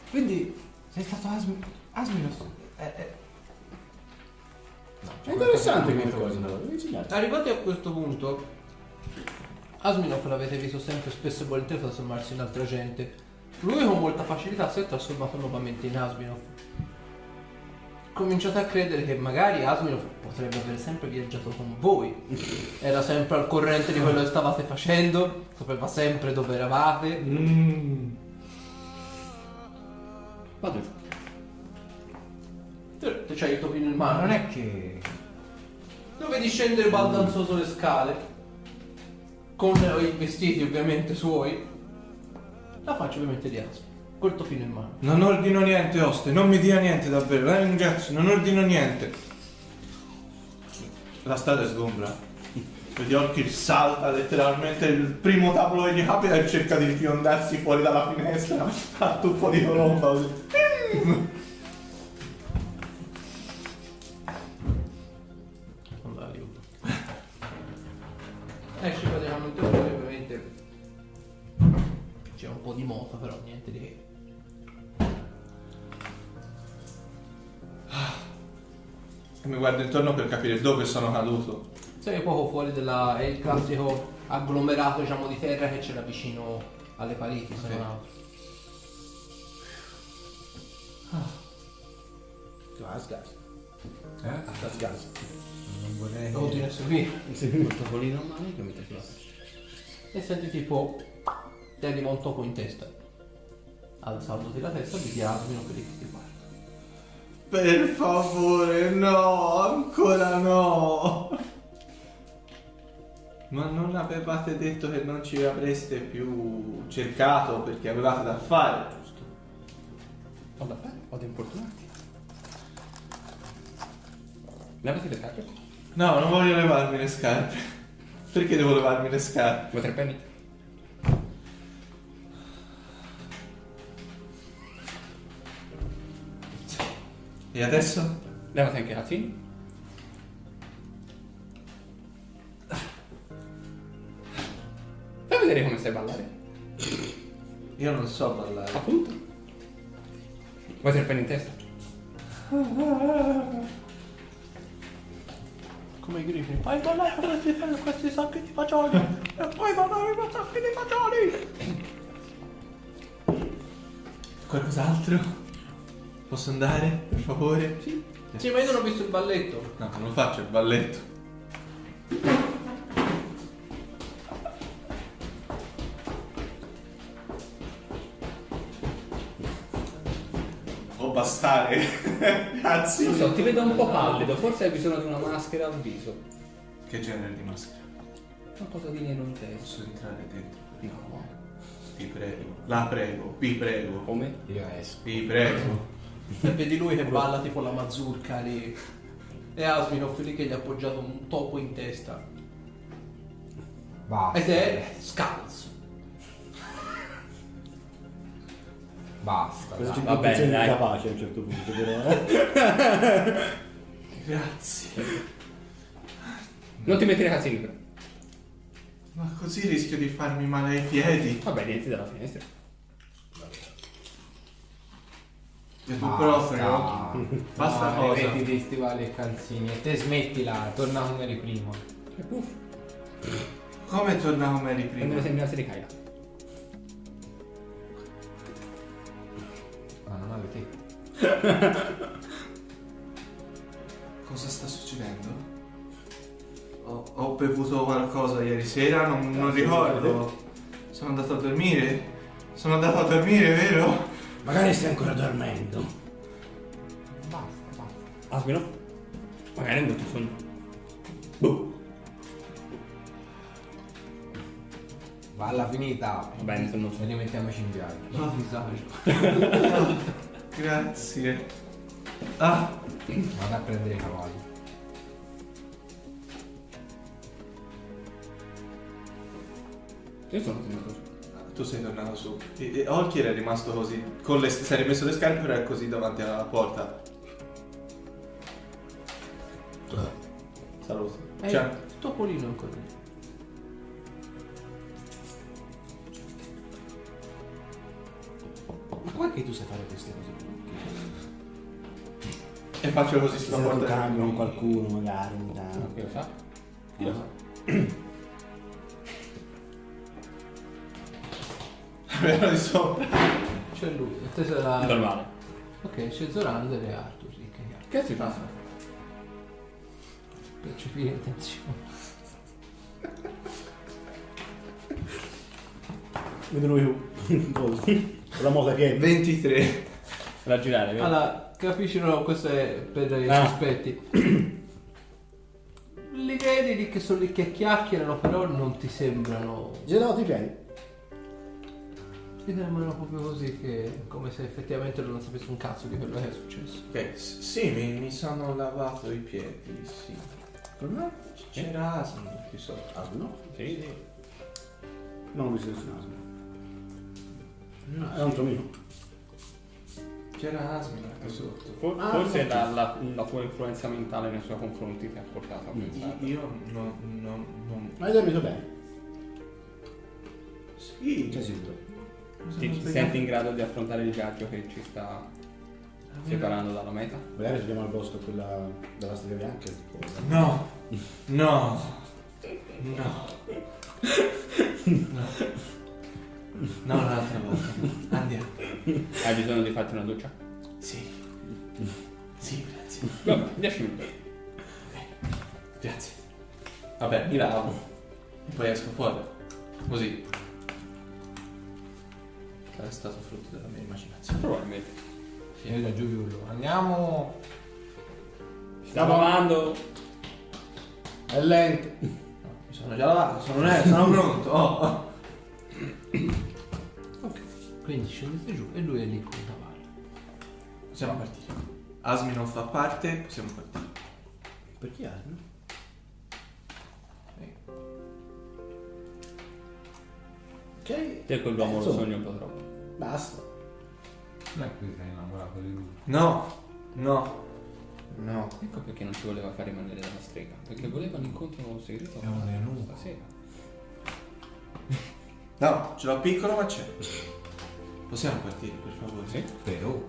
Quindi sei stato Asminos? No, è interessante questa cosa, devo insegnare. Arrivati a questo punto, Asminov l'avete visto sempre spesso e volentieri trasformarsi in altra gente. Lui con molta facilità si è trasformato nuovamente in Asminov. Cominciate a credere che magari Asminov potrebbe aver sempre viaggiato con voi. Era sempre al corrente di quello che stavate facendo, sapeva sempre dove eravate. Vado. Te c'hai il topino in mano. Non è che... Lo vedi scendere baldanzoso le scale, con i vestiti ovviamente suoi. La faccia ovviamente di Asminov, col topino in mano. Non ordino niente, oste, non mi dia niente davvero, la ringrazio, non ordino niente. La strada è sgombra. Vedi Orchid salta letteralmente il primo tavolo che gli capita e cerca di fiondarsi fuori dalla finestra a tuffo di colomba. Non l'aiuto. Esce praticamente fuori, ovviamente c'è un po' di moto, però niente di che. Mi guardo intorno per capire dove sono caduto. Sei poco fuori è il classico agglomerato, diciamo, di terra che c'era vicino alle pareti, se non altro. Gas. gas. Non vorrei... Lo continui a seguire. Segui il topolino a mano che mette sulla faccia. E senti tipo ti arriva un topo in testa. Alzandoti la testa, vedi Asminov che ti parla. Per favore, no, ancora no. Ma non avevate detto che non ci avreste più cercato perché avevate da fare, giusto? Ho da fare? Ho da importunarti. Levati le scarpe. No, non voglio levarmi le scarpe. Perché devo levarmi le scarpe? Vuoi 3 penny? E adesso? Levati anche i calzini. Fai vedere come sai ballare. Io non so ballare. Appunto. Vuoi 3 penny in testa? Come i grifi. Fai ballare questi sacchi di fagioli. E poi ballare questi sacchi di fagioli. Qualcos'altro? Posso andare, per favore? Sì. Sì, ma io non ho visto il balletto. No, non lo faccio il balletto. Può bastare. Grazie. Non so, ti vedo un po' pallido, forse hai bisogno di una maschera al viso. Che genere di maschera? Qualcosa di nero in testa. Posso entrare dentro? No. Ti prego. La prego. Vi prego. Come? Io esco. Vi prego. E vedi lui che balla tipo la mazurka lì. E Asminov lì che gli ha appoggiato un topo in testa. Basta. Ed è scalzo. Basta. Cosa va bene, dai. Incapace a un certo punto, però. Grazie. Non ti mettere i calzini però. Ma così rischio di farmi male ai piedi. Vabbè, niente dalla finestra. E tu proprio. Basta No, cosa. metti dei stivali e calzini e te smettila, torna come eri prima. E puff. Come torna come eri Quando prima? le sembianze di Kaila. Ma non ha le tette. Cosa sta succedendo? Ho bevuto qualcosa ieri sera, non ricordo. Sono andato a dormire. Sono andato a dormire, vero? Magari stai ancora dormendo. Basta. Asmino? Magari è molto sonno. Boh. Va alla finita. Va bene, sono E rimettiamoci in viaggio. Un disagio. Grazie. Ah, Vado a prendere i cavalli. Io sono tornato su. tu sei tornato su. E Olki era rimasto così. Si è rimesso le scarpe però è così davanti alla porta. Saluto. Ciao. Topolino ancora lì. com'è che tu sai fare queste cose? E faccio così Se sulla un porta. cambio con qualcuno magari. Chi lo sa? Chi lo sa? Vero di sopra. C'è lui. E te sarà... Normale. Ok, c'è Zorander e Arthur. Sì, che Che si passa? percepire intenzione. Vedo lui con la moto che 23. Da girare, vedi? Allora, capisci, no, questo è per i Ah. sospetti. Li vedi lì che sono lì che chiacchierano, però non ti sembrano... girati i piedi. Ti sembrano proprio così, che come se effettivamente non sapessi un cazzo di quello che è successo. Ok, sì, mi sono lavato i piedi, sì. Come? C'era Asmo qui sotto. No? Sì, sì. Non mi sento naso. No, è un tomino. C'era Asmo qui sotto. Forse ok. la tua influenza mentale nei suoi confronti ti ha portato a pensare. Io non... Ma hai dormito bene? Sì. Sei sicuro? Ti senti in grado di affrontare il viaggio che ci sta separando dalla meta? Magari andiamo al bosco quella della strega bianca. No. No. No. No, un'altra volta. Andiamo. Hai bisogno di farti una doccia? Sì. Sì, grazie. Vabbè, 10 minuti. Grazie. Vabbè, mi lavo. E poi esco fuori. Così. È stato frutto della mia immaginazione. Probabilmente. Sì, era Giuliullo. Andiamo. Stiamo lavando. È lento. Mi sono già lavato, sono pronto. Oh. Ok, quindi scendete giù e lui è lì con il cavallo. Possiamo partire. Asmi non fa parte, possiamo partire. Perché Asmi? Ok. Te quell'uomo lo Insomma, sogni un po' troppo. Basta. Non è che sei innamorato di lui. No. No. No. Ecco perché non ci voleva far rimanere dalla strega. Perché voleva un incontro segreto. È un eunuco. Stasera. No, ce l'ho piccolo ma c'è. Possiamo partire, per favore? Sì? Però.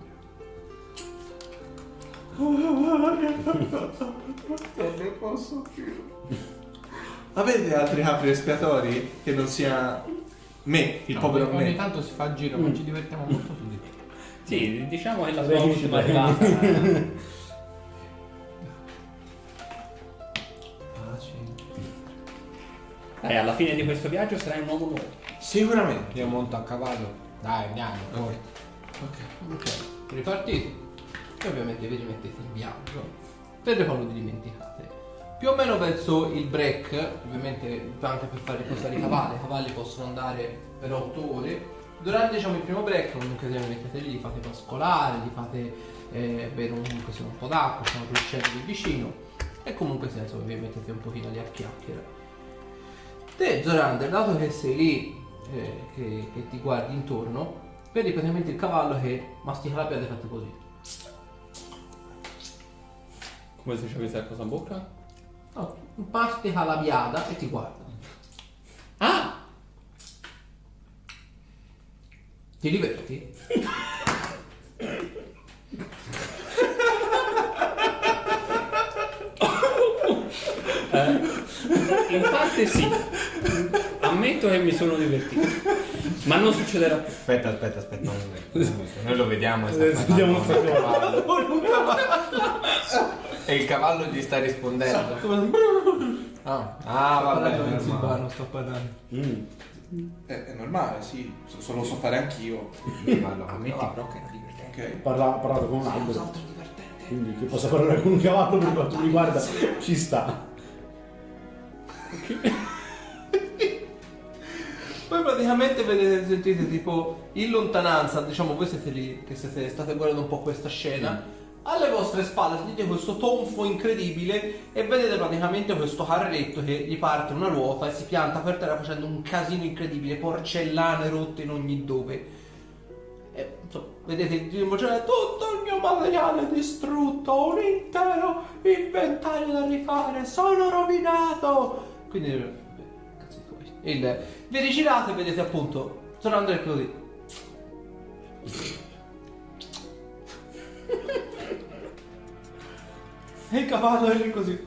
Non ne posso più. Avete altri capri espiatori che non sia me, il No, povero ogni me? tanto si fa il giro, ma ci divertiamo molto su di te. Sì, diciamo che la sua Beh, ultima beh. arrivata. Pace. Alla fine di questo viaggio sarai un uomo nuovo. Sicuramente. Io monto a cavallo. Dai, andiamo. Ok. Ok, ripartite. E ovviamente vi rimettete in viaggio. Per le paludi dimenticate. Più o meno verso il break, ovviamente anche per far riposare i cavalli possono andare per 8 ore. Durante diciamo il primo break comunque se vi mettete lì, li fate pascolare, li fate bere comunque se un po' d'acqua, sono ruscelli di vicino e comunque senso vi mettete un pochino lì a chiacchiera. Te Zorander, dato che sei lì che ti guardi intorno, vedi praticamente il cavallo che mastica la piada e fate così. Come se ci avesse qualcosa in bocca? No, mastica la biada e ti guarda. Ah! Ti diverti? In parte sì. Ammetto che mi sono divertito. Ma non succederà più. Aspetta, un momento. Noi lo vediamo e sta Vediamo parlando con il cavallo. E il cavallo gli sta rispondendo. Ah, vabbè, non normale. Silvano sto parlando. È normale, sì. Lo so fare anch'io. Allora, Ammetti cavallo. però che era divertente. Ok. Ha parlato con un albero. Quindi che possa parlare con un cavallo per quanto mi riguarda ci sta. Poi praticamente vedete, sentite tipo in lontananza, diciamo voi siete lì che state guardando un po' questa scena. Alle vostre spalle sentite questo tonfo incredibile e vedete praticamente questo carretto che gli parte una ruota e si pianta per terra facendo un casino incredibile, porcellane rotte in ogni dove. E, insomma, vedete c'è tutto il mio materiale distrutto, ho un intero inventario da rifare, sono rovinato. Quindi, cazzi tuoi. Vi rigirate e vedete appunto, tornando così. E il cavallo è lì così.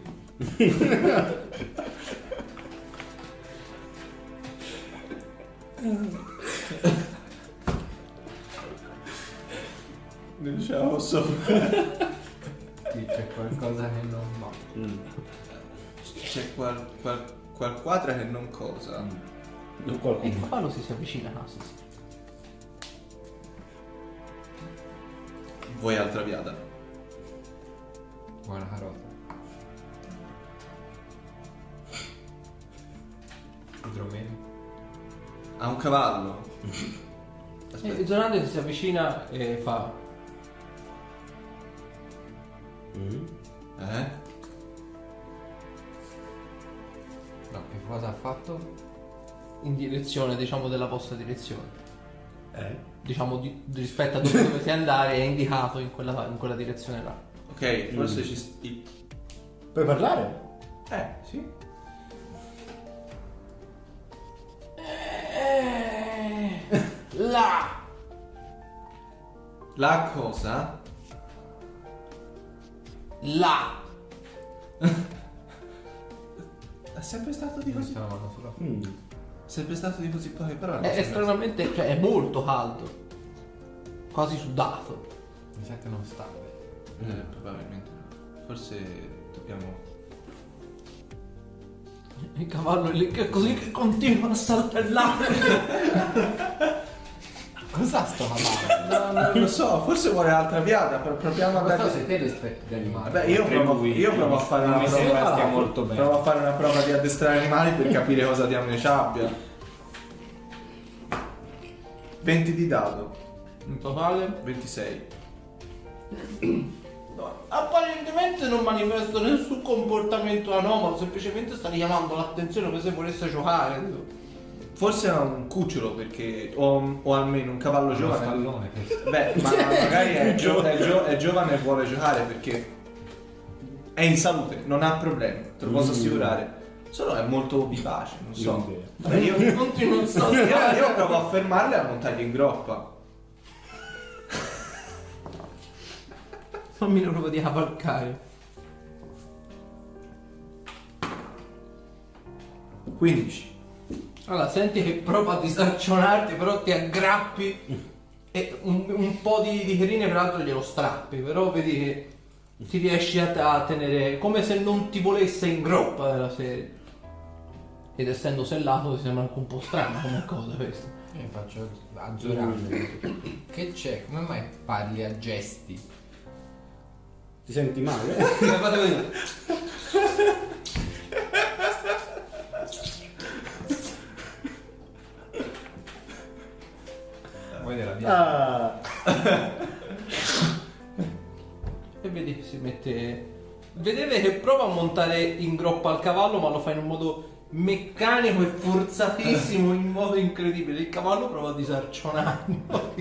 Non ce la posso Sì, c'è qualcosa che non va. C'è qual quadra che non cosa. Non E il qualcuno. cavallo si avvicina a Hasis. Vuoi altra viada? Buona carota. Idromeno. Ha un cavallo. E Zorander si avvicina e fa... Eh? No, che cosa ha fatto? in direzione, diciamo, della vostra direzione. Diciamo rispetto a dove dovete andare è indicato in quella direzione là. Ok, forse Puoi parlare? sì. Là! La cosa? Là! È sempre stato di così. Metto la mano sulla Sempre stato di così poche parole. È stranamente, cioè è molto caldo. Quasi sudato. Mi sa che non sta bene. Probabilmente no. Forse dobbiamo... Il cavallo è lì che così che continua a saltellare. Cosa sto parlando? No, non lo so, forse vuole altra viada, proviamo a Ma dare... sei te l'esperto di animali. Vabbè, io provo a fare una mi prova. sembra stia molto bene. Provo a fare una prova di addestrare animali per capire cosa diamine ci abbia. 20 di dado, In totale? 26. No, apparentemente non manifesta nessun comportamento anomalo, semplicemente sta richiamando l'attenzione come se volesse giocare. Forse è un cucciolo perché o almeno un cavallo Un giovane. stallone. Beh, ma magari è giovane e vuole giocare perché è in salute, non ha problemi, te lo posso assicurare. Solo è molto vivace, non so. Vabbè, io Continuo a io saltare. provo a fermarle e a montargli in groppa. Fammi una prova di cavalcare. 15. Allora, senti che prova a disaccionarti, però ti aggrappi e un po' di carine peraltro glielo strappi, però vedi che ti riesci a tenere come se non ti volesse in groppa della serie. Ed essendo sellato ti sembra anche un po' strano come cosa questa. Io faccio a Zorander. Che c'è? Come mai parli a gesti? Ti senti male? Fate vedere. Vuoi della via? E vedi che si mette. Vedete che prova a montare in groppa al cavallo, ma lo fa in un modo meccanico e forzatissimo, in modo incredibile. Il cavallo prova a disarcionarlo.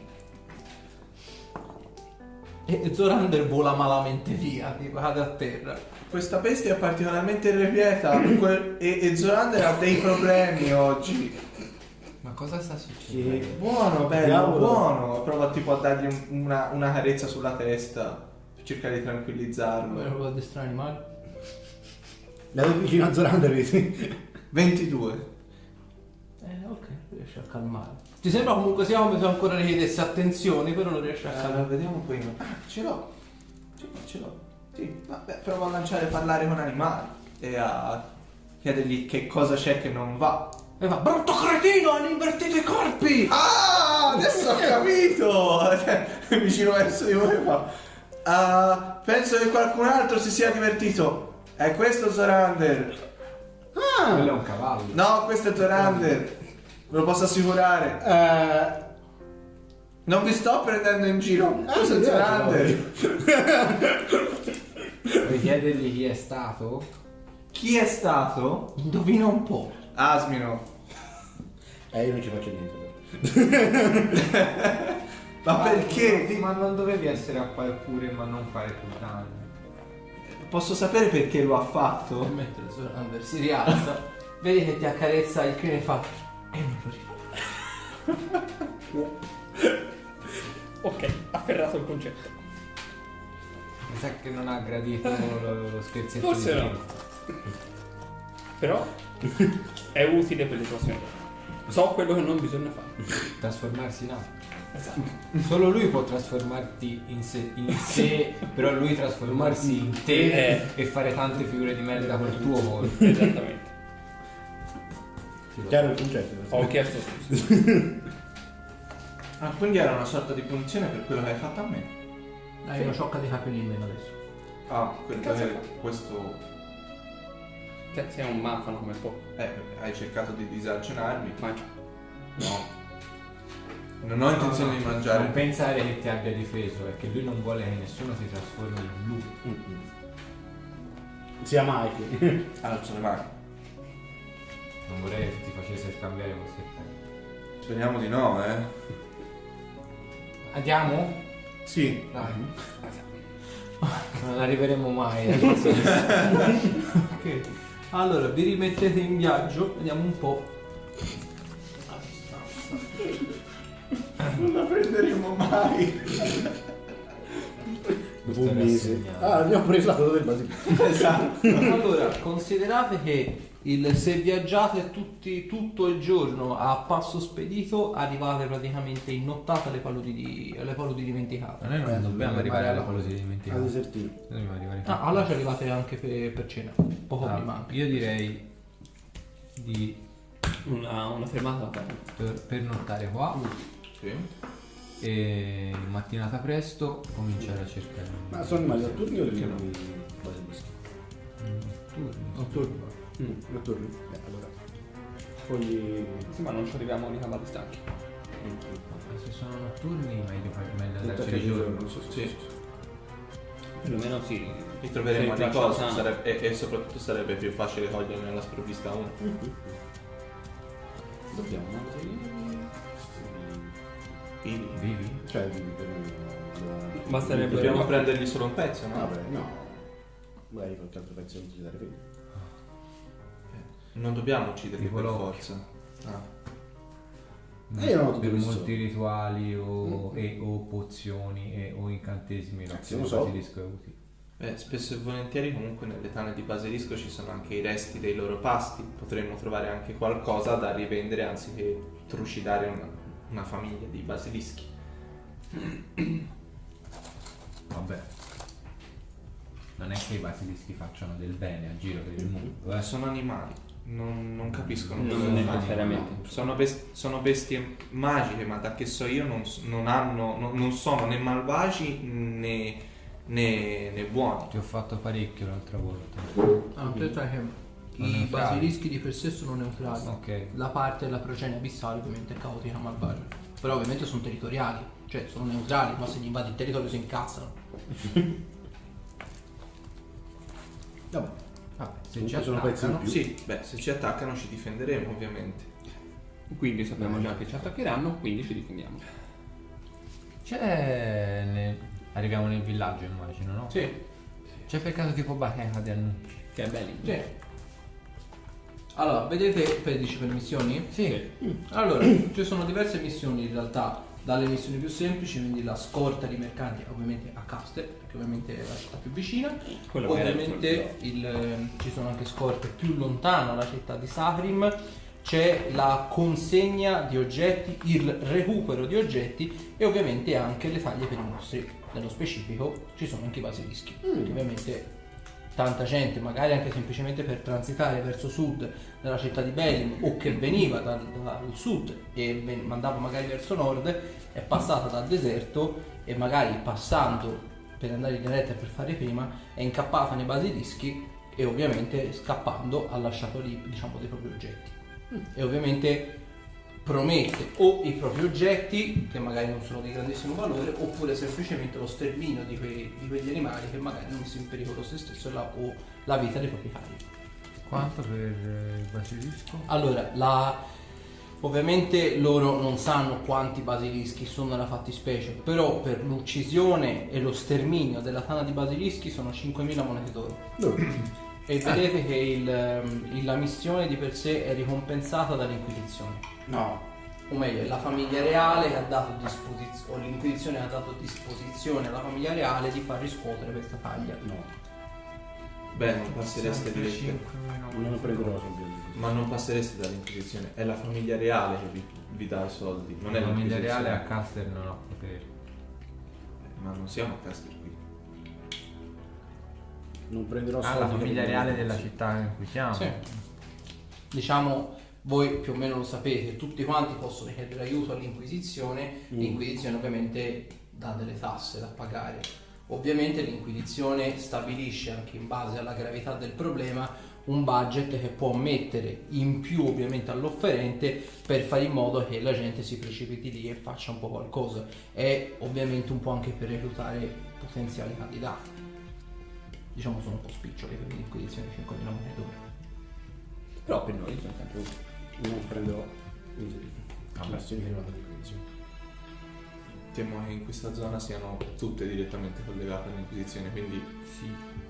E Zorander vola malamente via, cade a terra. Questa bestia è particolarmente irrequieta e Zorander ha dei problemi oggi. Ma cosa sta succedendo? Buono, bello, Diavolo. buono. Prova tipo a dargli una carezza sulla testa per cercare di Come tranquillizzarlo. prova a addestrare animali? Da vicino a Zorander, vedi? 22. Ok, riesce a calmare. Ti sembra comunque sia come se ancora richiedesse attenzioni, però lo riesce a calmare. Vediamo un po'. Ce l'ho. Ce l'ho. Sì, vabbè, provo a lanciare parlare con animali e a chiedergli che cosa c'è che non va. E fa, brutto cretino, hanno invertito i corpi! Ah, adesso ho capito! Mi giro verso di voi e fa. Penso che qualcun altro si sia divertito. È questo Zorander? Quello è un cavallo. No, questo è Zorander. Ve lo posso assicurare. Non vi sto prendendo in giro. Questo è Zorander. Vuoi chiedergli chi è stato? Chi è stato? Indovina un po'. Asmino. Io non ci faccio niente. Ma perché? Ma non dovevi essere a fare pure ma non fare più danni. Posso sapere perché lo ha fatto? Mentre Zorander si rialza, vedi che ti accarezza il crine e fa, e me lo ricordo. Ok, afferrato il concetto. sa che non ha gradito lo scherzetto Forse di no. prima. Però è utile per le prossime volte. So quello che non bisogna fare. Trasformarsi in altro. Esatto. Solo lui può trasformarti in sé, però lui trasformarsi in te e fare tante figure di merda col tuo corpo. Esattamente. Chiaro il concetto? Ho chiesto scusa. Ah, quindi era una sorta di punizione per quello che hai fatto a me. Hai una ciocca di capelli in meno adesso. Ah, questo... Sei un mafano come po'. hai cercato di disarcionarmi. Mangia. No. Non ho intenzione di mangiare. Non pensare che ti abbia difeso, perché lui non vuole che nessuno si trasformi in lui. Sia mai. Alzo le mani. Non vorrei che ti facesse scambiare questi effetti. Speriamo di no, Andiamo? Sì. Dai. Non arriveremo mai. Ok. Allora, vi rimettete in viaggio, vediamo un po'. Non la prenderemo mai. Dopo un mese. Ah, abbiamo preso la cosa del basilico. Esatto. Allora, considerate che se viaggiate tutto il giorno a passo spedito, arrivate praticamente in nottata alle paludi dimenticate. Noi non dobbiamo arrivare alla cosa di Al dimenticare. desertino. Noi dobbiamo arrivare Ah, allora ci arrivate anche per cena, poco prima anche. Io direi di Una fermata per nottare qua Sì. e mattinata presto cominciare a cercare. Ma sono animali notturni o degli animali basilischi? Notturno. Notturni? Allora. Poi... Sì, ma non ci arriviamo ricavati stanchi. Se sono notturni meglio andarci Attacca di di giorno. giorno, Sì. Perlomeno sì. E troveremo Sì, di cosa traccia e soprattutto sarebbe più facile cogliere nella sprovvista uno. Dobbiamo mantenere... Vivi. Vivi? Cioè, per... Basterebbe Dobbiamo prendergli solo un pezzo, no? Vabbè, no. Magari qualche altro pezzo non ti dare fede. Non dobbiamo ucciderli Tipo per l'occhio. forza. Ah. Io non ho Per tutto molti questo. rituali o pozioni o incantesimi Sì, lo so. basilisco è utile. Spesso e volentieri comunque nelle tane di basilisco ci sono anche i resti dei loro pasti. Potremmo trovare anche qualcosa da rivendere anziché trucidare una famiglia di basilischi. Vabbè. Non è che i basilischi facciano del bene a giro per il mondo, Sono animali, non capiscono Non cosa fanno. necessariamente. Sono bestie magiche, ma da che so io non sono né malvagi né buoni. Ti ho fatto parecchio l'altra volta. Ah, tu sai che Sono i neutrali. basilischi di per sé sono neutrali. Ok. La parte della progenie abissale ovviamente è caotica malvagia. Però ovviamente sono territoriali, cioè sono neutrali, ma se gli invadi il territorio si incazzano. Vabbè. Vabbè, se ci Comunque sono pezzi in attaccano. più. Sì, se ci attaccano ci difenderemo ovviamente. Quindi sappiamo già che ci attaccheranno, quindi ci difendiamo. Arriviamo nel villaggio, immagino, no? Sì, C'è per caso tipo bacheca di annunci? Che è bello. sì. Allora, vedete dici per missioni? Sì. Allora, ci sono diverse missioni in realtà, dalle missioni più semplici, quindi la scorta di mercanti ovviamente a Caster, perché ovviamente è la città più vicina. Quello che era Ovviamente ci sono anche scorte più lontano alla città di Sahrim. C'è la consegna di oggetti, il recupero di oggetti e ovviamente anche le taglie per i mostri. Nello specifico ci sono anche i basilischi, perché ovviamente tanta gente, magari anche semplicemente per transitare verso sud nella città di Belim o che veniva dal sud e mandava magari verso nord, è passata dal deserto e magari passando per andare in diretta e per fare prima è incappata nei basilischi e ovviamente scappando ha lasciato lì, diciamo, dei propri oggetti. E ovviamente promette o i propri oggetti che magari non sono di grandissimo valore oppure semplicemente lo sterminio di quegli animali che magari hanno messo in pericolo se stesso o la vita dei propri cari. Quanto per il basilisco? Allora, ovviamente loro non sanno quanti basilischi sono nella fattispecie, però per l'uccisione e lo sterminio della tana di basilischi sono 5.000 monete d'oro. E vedete che la missione di per sé è ricompensata dall'Inquisizione. No. o meglio è la famiglia reale che ha dato disposizione, o l'Inquisizione ha dato disposizione alla famiglia reale di far riscuotere questa taglia. No, Beh, non passereste direttamente. non prenderò soldi. Ma non passereste dall'Inquisizione. È la famiglia reale che vi dà i soldi. Non è La famiglia l'Inquisizione. reale a Caster non ha poteri. Ma non siamo a Caster qui. Non prenderò soldi. La famiglia per- reale della città in cui siamo. Sì. Diciamo, voi più o meno lo sapete, tutti quanti possono chiedere aiuto all'Inquisizione, l'Inquisizione ovviamente dà delle tasse da pagare. Ovviamente l'Inquisizione stabilisce anche in base alla gravità del problema un budget che può mettere in più ovviamente all'offerente per fare in modo che la gente si precipiti lì e faccia un po' qualcosa, e ovviamente un po' anche per reclutare potenziali candidati. Diciamo sono un po' spiccioli per l'Inquisizione, 5.000 monete d'oro. Però per noi sono sempre utili. Non prenderò informazioni che riguardano l'Inquisizione. Temo che in questa zona siano tutte direttamente collegate all'Inquisizione, quindi Sì.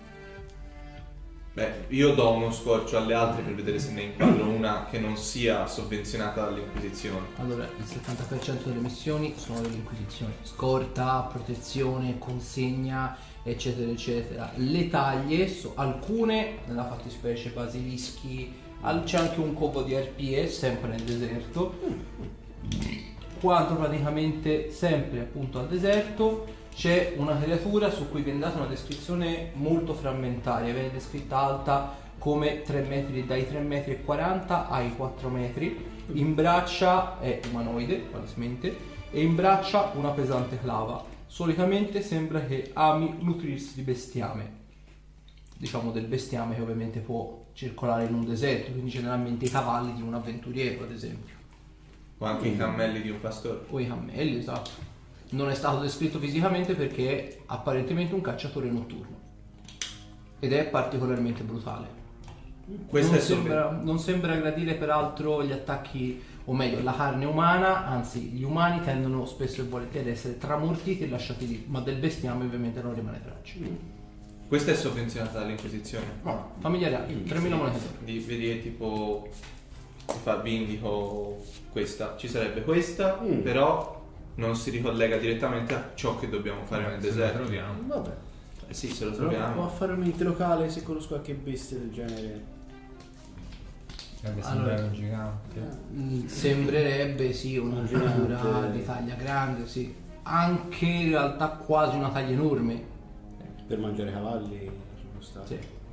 beh, io do uno scorcio alle altre per vedere se ne inquadro una che non sia sovvenzionata dall'Inquisizione. Allora, il 70% delle missioni sono dell'Inquisizione. Scorta, protezione, consegna, eccetera, eccetera. Le taglie, alcune, nella fattispecie basilischi, c'è anche un covo di arpie, sempre nel deserto. Quanto praticamente sempre appunto al deserto c'è una creatura su cui viene data una descrizione molto frammentaria, viene descritta alta come 3 metri, dai 3 metri e 40 ai 4 metri, in braccia è umanoide palesemente e in braccia una pesante clava. Solitamente sembra che ami nutrirsi di bestiame, diciamo del bestiame che ovviamente può circolare in un deserto, quindi generalmente i cavalli di un avventuriero ad esempio. O anche i cammelli di un pastore. O i cammelli, esatto. Non è stato descritto fisicamente perché è apparentemente un cacciatore notturno ed è particolarmente brutale. Questo Non sembra gradire peraltro gli attacchi, o meglio la carne umana, anzi gli umani tendono spesso e volentieri ad essere tramortiti e lasciati lì, ma del bestiame ovviamente non rimane traccia. Questa è sovvenzionata dall'Inquisizione. Famiglia reale, 3.000 monete d'oro. Vedi che tipo vi indico questa. Ci sarebbe questa, però non si ricollega direttamente a ciò che dobbiamo fare nel Se lo deserto. troviamo. Vabbè. Sì, se lo Provo troviamo. a fare un ente locale se conosco qualche bestia del genere. Deve Allora, sembrare un gigante. Sembrerebbe sì una gigante. creatura di taglia grande, sì. Anche in realtà quasi una taglia enorme. Per mangiare cavalli ci può stare.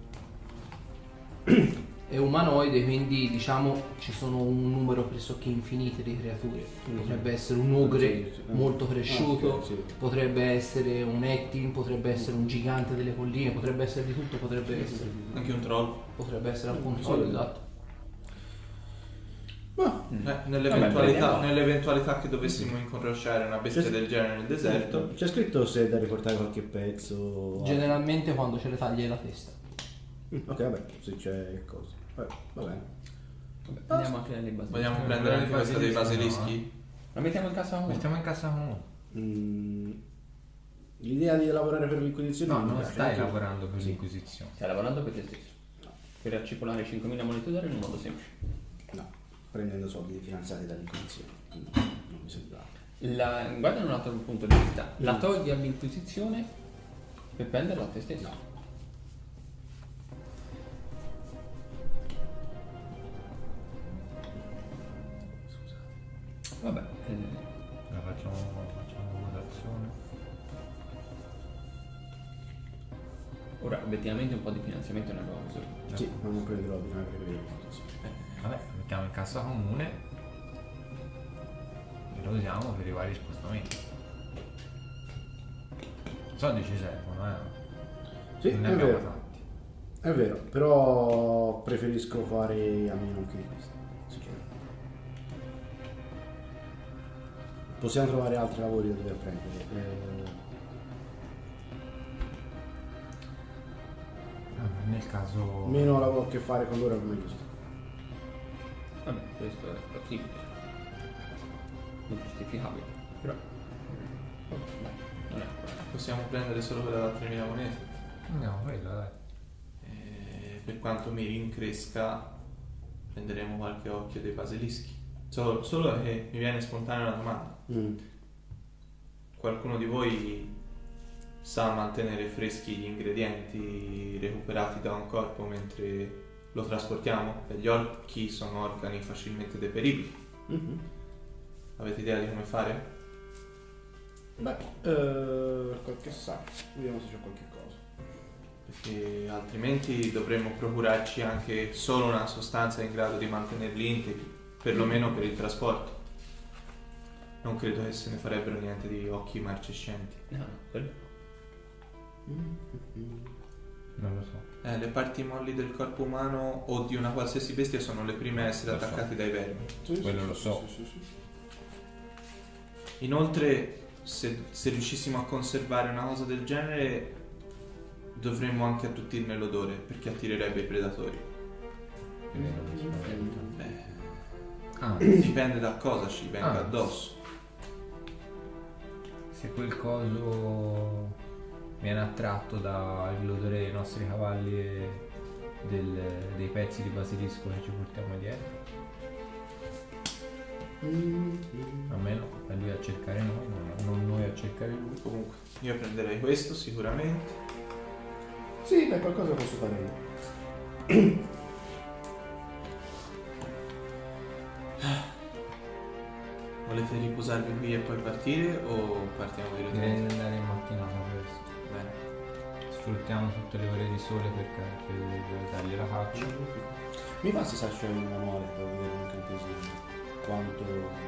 Sì. È umanoide, quindi diciamo ci sono un numero pressoché infinito di creature. Potrebbe essere un ogre molto cresciuto, ok, sì. potrebbe essere un ettin, potrebbe essere un gigante delle colline, potrebbe essere di tutto, potrebbe Anche un troll. essere anche un Sì. troll, esatto. Nell'eventualità che dovessimo incrociare una bestia del genere nel deserto. C'è scritto se è da riportare qualche pezzo. Generalmente quando c'è le taglie la testa. Ok, vabbè, se c'è cosa. Va bene. Vabbè, andiamo anche nelle basi. Vogliamo prendere anche questa dei basilischi? La mettiamo in casa comune. Mettiamo in casa comune. L'idea di lavorare per l'Inquisizione No, mi non piace. stai lavorando per l'Inquisizione. Stai lavorando per te stesso. Per accipolare 5.000 monete d'oro in un modo semplice. No, prendendo soldi finanziati dall'Inquisizione. Non mi sembra. Guarda da un altro punto di vista. La togli all'Inquisizione per prenderla a te stesso. No. Vabbè. La facciamo votazione. Ora, obiettivamente un po' di finanziamento è una cosa. Sì, ma non prenderò di una per l'Inquisizione. Vabbè, mettiamo in cassa comune e lo usiamo per i vari spostamenti. I soldi ci servono, Sì, non ne è abbiamo vero. tanti. È vero, però preferisco fare a meno anche di questo. Sinceramente. Possiamo trovare altri lavori da dover prendere. Nel caso... Meno lavoro a che fare con loro è meglio. Vabbè, questo è possibile. Non giustificabile. Però. Dai, non è ancora. Possiamo prendere solo quella da 3.000 monete. No, quella dai. Per quanto mi rincresca, prenderemo qualche occhio dei basilischi. Solo che mi viene spontanea una domanda. Qualcuno di voi sa mantenere freschi gli ingredienti recuperati da un corpo mentre lo trasportiamo? Gli orchi sono organi facilmente deperibili. Avete idea di come fare? Beh, qualche sa. Vediamo se c'è qualche cosa. Perché altrimenti dovremmo procurarci anche solo una sostanza in grado di mantenerli integri, perlomeno per il trasporto. Non credo che se ne farebbero niente di occhi marcescenti. No, quello. Non lo so. Le parti molli del corpo umano o di una qualsiasi bestia sono le prime a essere Lo so. attaccate dai vermi. Quello lo so. Sì. Inoltre, se riuscissimo a conservare una cosa del genere, dovremmo anche attuttirne l'odore, perché attirerebbe i predatori. Dipende da cosa ci venga addosso. Se quel coso viene attratto dall'odore dei nostri cavalli e dei pezzi di basilisco che ci portiamo dietro, almeno è lui a cercare noi, non noi a cercare lui. Comunque, io prenderei questo sicuramente. Sì, beh, qualcosa posso fare io. Volete riposarvi qui e poi partire o partiamo Direi direttamente? di andare in macchina con questo. Bene. Sfruttiamo tutte le ore di sole per dargli la caccia. Mi fa se sa c'è un manuale per vedere un incantesimo. Quanto...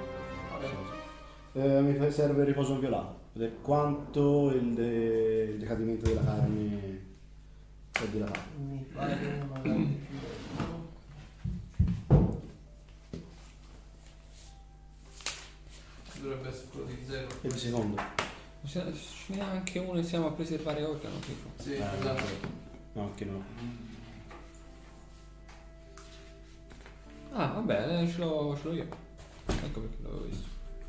mi serve il riposo violato. Vedere quanto il decadimento della carne è dilatato. Mi pare una dovrebbe essere quello di 0. E il secondo? Ce n'è anche uno che siamo a preservare organo, tipo. Sì, esatto. No, anche no. Ah, vabbè, ce l'ho io. Ecco perché l'avevo visto.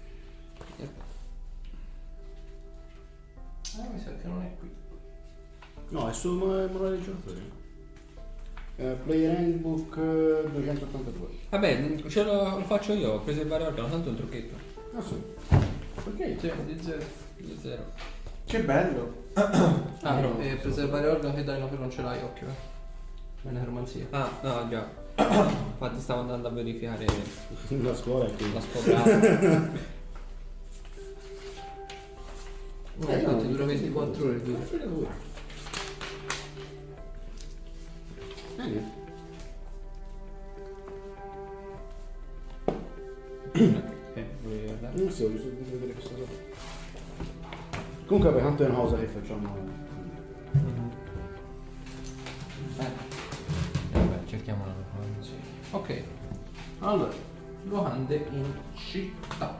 Mi sa che non è qui. No, è sul manuale di giocatore. Player Handbook 282. Vabbè, lo faccio io, preservare organo, tanto è un trucchetto. Ah sì. Perché? Sì, di 0. Di 0. Che bello! Ah, no, e preservare organo che dai, no, che non ce l'hai, occhio. È necromanzia. Ah, no, già. Infatti stavo andando a verificare La scuola è qui. la scobrata. Infatti dura 24 ore. Niente. Volevi guardare? Non so, bisogna vedere questa cosa. Comunque vabbè, tanto è una cosa che facciamo. Vabbè, cerchiamo una locanda. Sì. Ok. Allora, locande in città.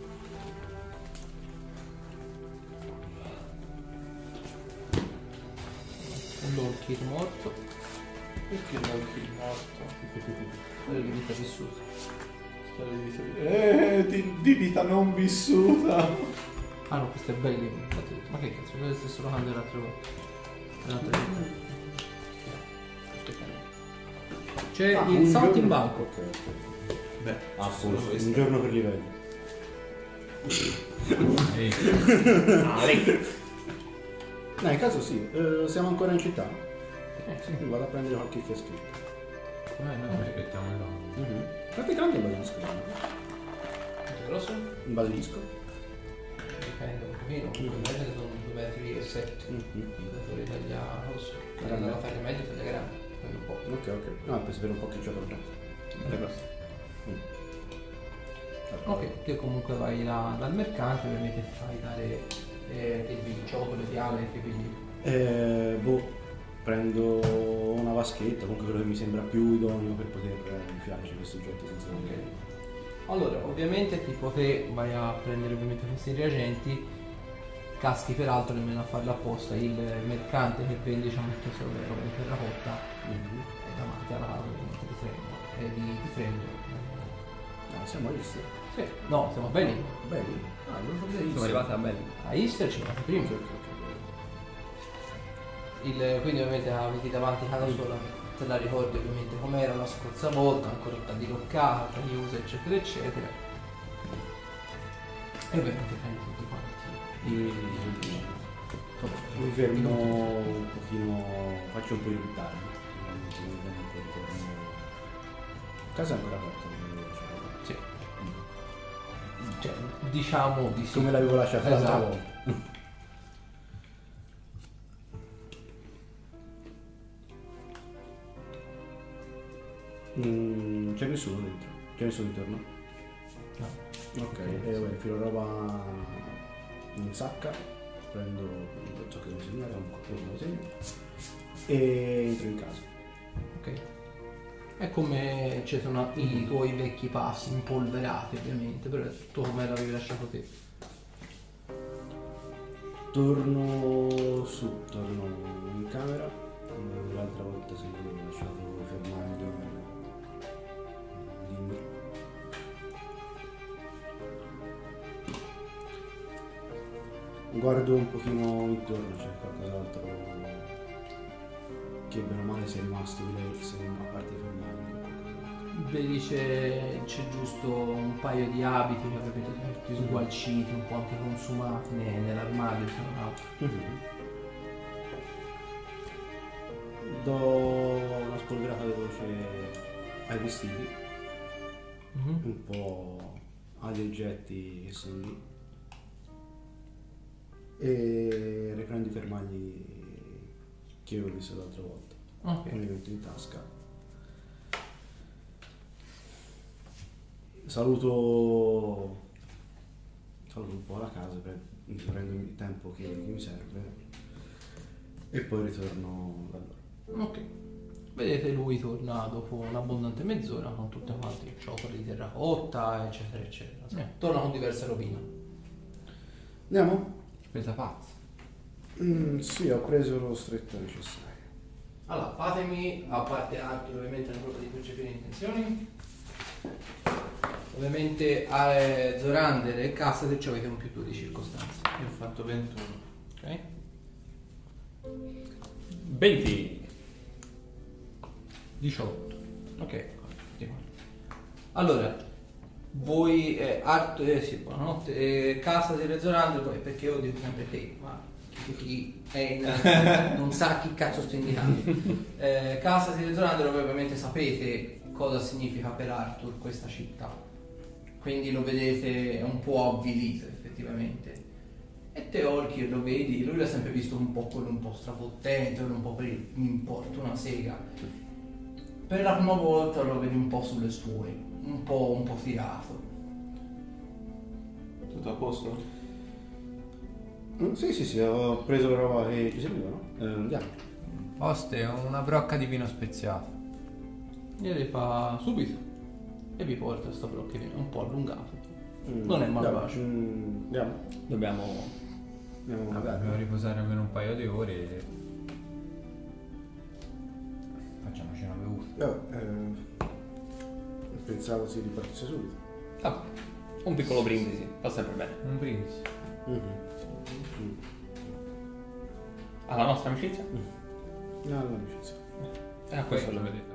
L'orchid morto. Perché l'orchid morto? Storia di vita vissuta. Storia di vita di vita non vissuta. Ah no, questo è bello. Infatti ho detto, ma che cazzo, è lo stesso locande dell'altra volta. Dell'altra volta. C'è il salto in banco. Ok, ok. Beh, Ah, solo un questo. giorno per livello. No, in caso sì, siamo ancora in città. Sì. Quindi vado a prendere qualche fiaschetto. Noi aspettiamo il nome. Quanto è grande il basilisco? Quanto è grosso? Un basilisco? Dipende un pochino. Comunque me sono 2 metri e 7. Fuori taglia rosso. La taglia media taglia grande. Quindi un po'. Ok, ok. No, per sapere un po' che gioco già. Ok, te comunque vai dal mercante, ovviamente fai dare che pigli ciocole, fiale, che pigli. Prendo una vaschetta, comunque quello che mi sembra più idoneo per poter infiarci questi oggetti senza Ok. Allora, ovviamente tipo te vai a prendere ovviamente questi reagenti, caschi peraltro nemmeno a farlo apposta, il mercante che vende diciamo tutte le robe di terracotta è davanti alla ovviamente di freddo. Di freddo. No, siamo a Easter. Sì, no, siamo belli. Belli? Ah, non lo sapevo. Siamo arrivati a belli. A Easter ci vado prima. Ok, ok, ok. Quindi ovviamente avete davanti casa sola. te la ricordi ovviamente com'era la scorsa volta, ancora diloccata, tagliosa, eccetera, eccetera. E ovviamente prendi tutti quanti Mi fermo un pochino, faccio un po' di tardi. Casa è ancora aperta. Sì. Cioè, diciamo di sì. Come l'avevo lasciata l'altra Esatto. volta. C'è nessuno dentro? C'è nessuno intorno? No. Ok, e vabbè, filo roba in sacca, prendo ciò che devo segnare, un po' lo segno, e entro in casa. Ok. È come ci sono i tuoi vecchi passi impolverati ovviamente, però è tutto come l'avevi lasciato te. Torno su, torno in camera, l'altra volta se mi avevo lasciato fermare Dimmi. Guardo un pochino intorno, c'è qualcos'altro che bene o male sia rimasto di lei, se a parte i fermari. Vedi c'è giusto un paio di abiti che avete tutti sgualciti, un po' anche consumati nell'armadio, se non altro. Do una spolverata veloce ai vestiti, un po' agli oggetti che sono lì e riprendo i fermagli che avevo visto l'altra volta. Ok. Me li metto in tasca. Saluto un po' la casa, prendo il tempo che mi serve e poi ritorno da loro. Ok. Vedete lui torna dopo un'abbondante mezz'ora con tutte quante ciotole di terracotta, eccetera, eccetera. Torna con diverse rovine. Andiamo? Presa pazza. Sì, ho preso lo stretto necessario. Allora, fatemi, a parte Arthur ovviamente una prova di percepire intenzioni. Ovviamente Zorander e Cassate ci avete un +2 di circostanze. Io ho fatto 21. Ok? 20. 18. Ok. Allora, voi Arthur, sì, buonanotte. Cassate e Zorander, poi perché io dico sempre te, ma chi è in, non sa chi cazzo sto indicando. Cassate e Zorander, voi ovviamente sapete cosa significa per Arthur questa città. Quindi lo vedete un po' avvilito effettivamente. E te Olkir lo vedi, lui l'ha sempre visto un po' quello un po' strafottente, un po' per il mi importa una sega. Per la prima volta lo vedi un po' sulle sue, un po' tirato. Tutto a posto? Sì, ho preso la roba che ci serviva, no? Andiamo. Oste, una brocca di vino speziato. Gliele fa subito e vi porta sta brocca di vino un po' allungato. Non è malvagio. Andiamo. Dobbiamo... Andiamo Vabbè, dobbiamo riposare almeno un paio di ore e... facciamoci una bevuta. Pensavo si ripartisse subito. Ah, un piccolo brindisi, fa sempre bene. Un brindisi. Alla nostra amicizia? No, l'amicizia. A questo Quello vedete.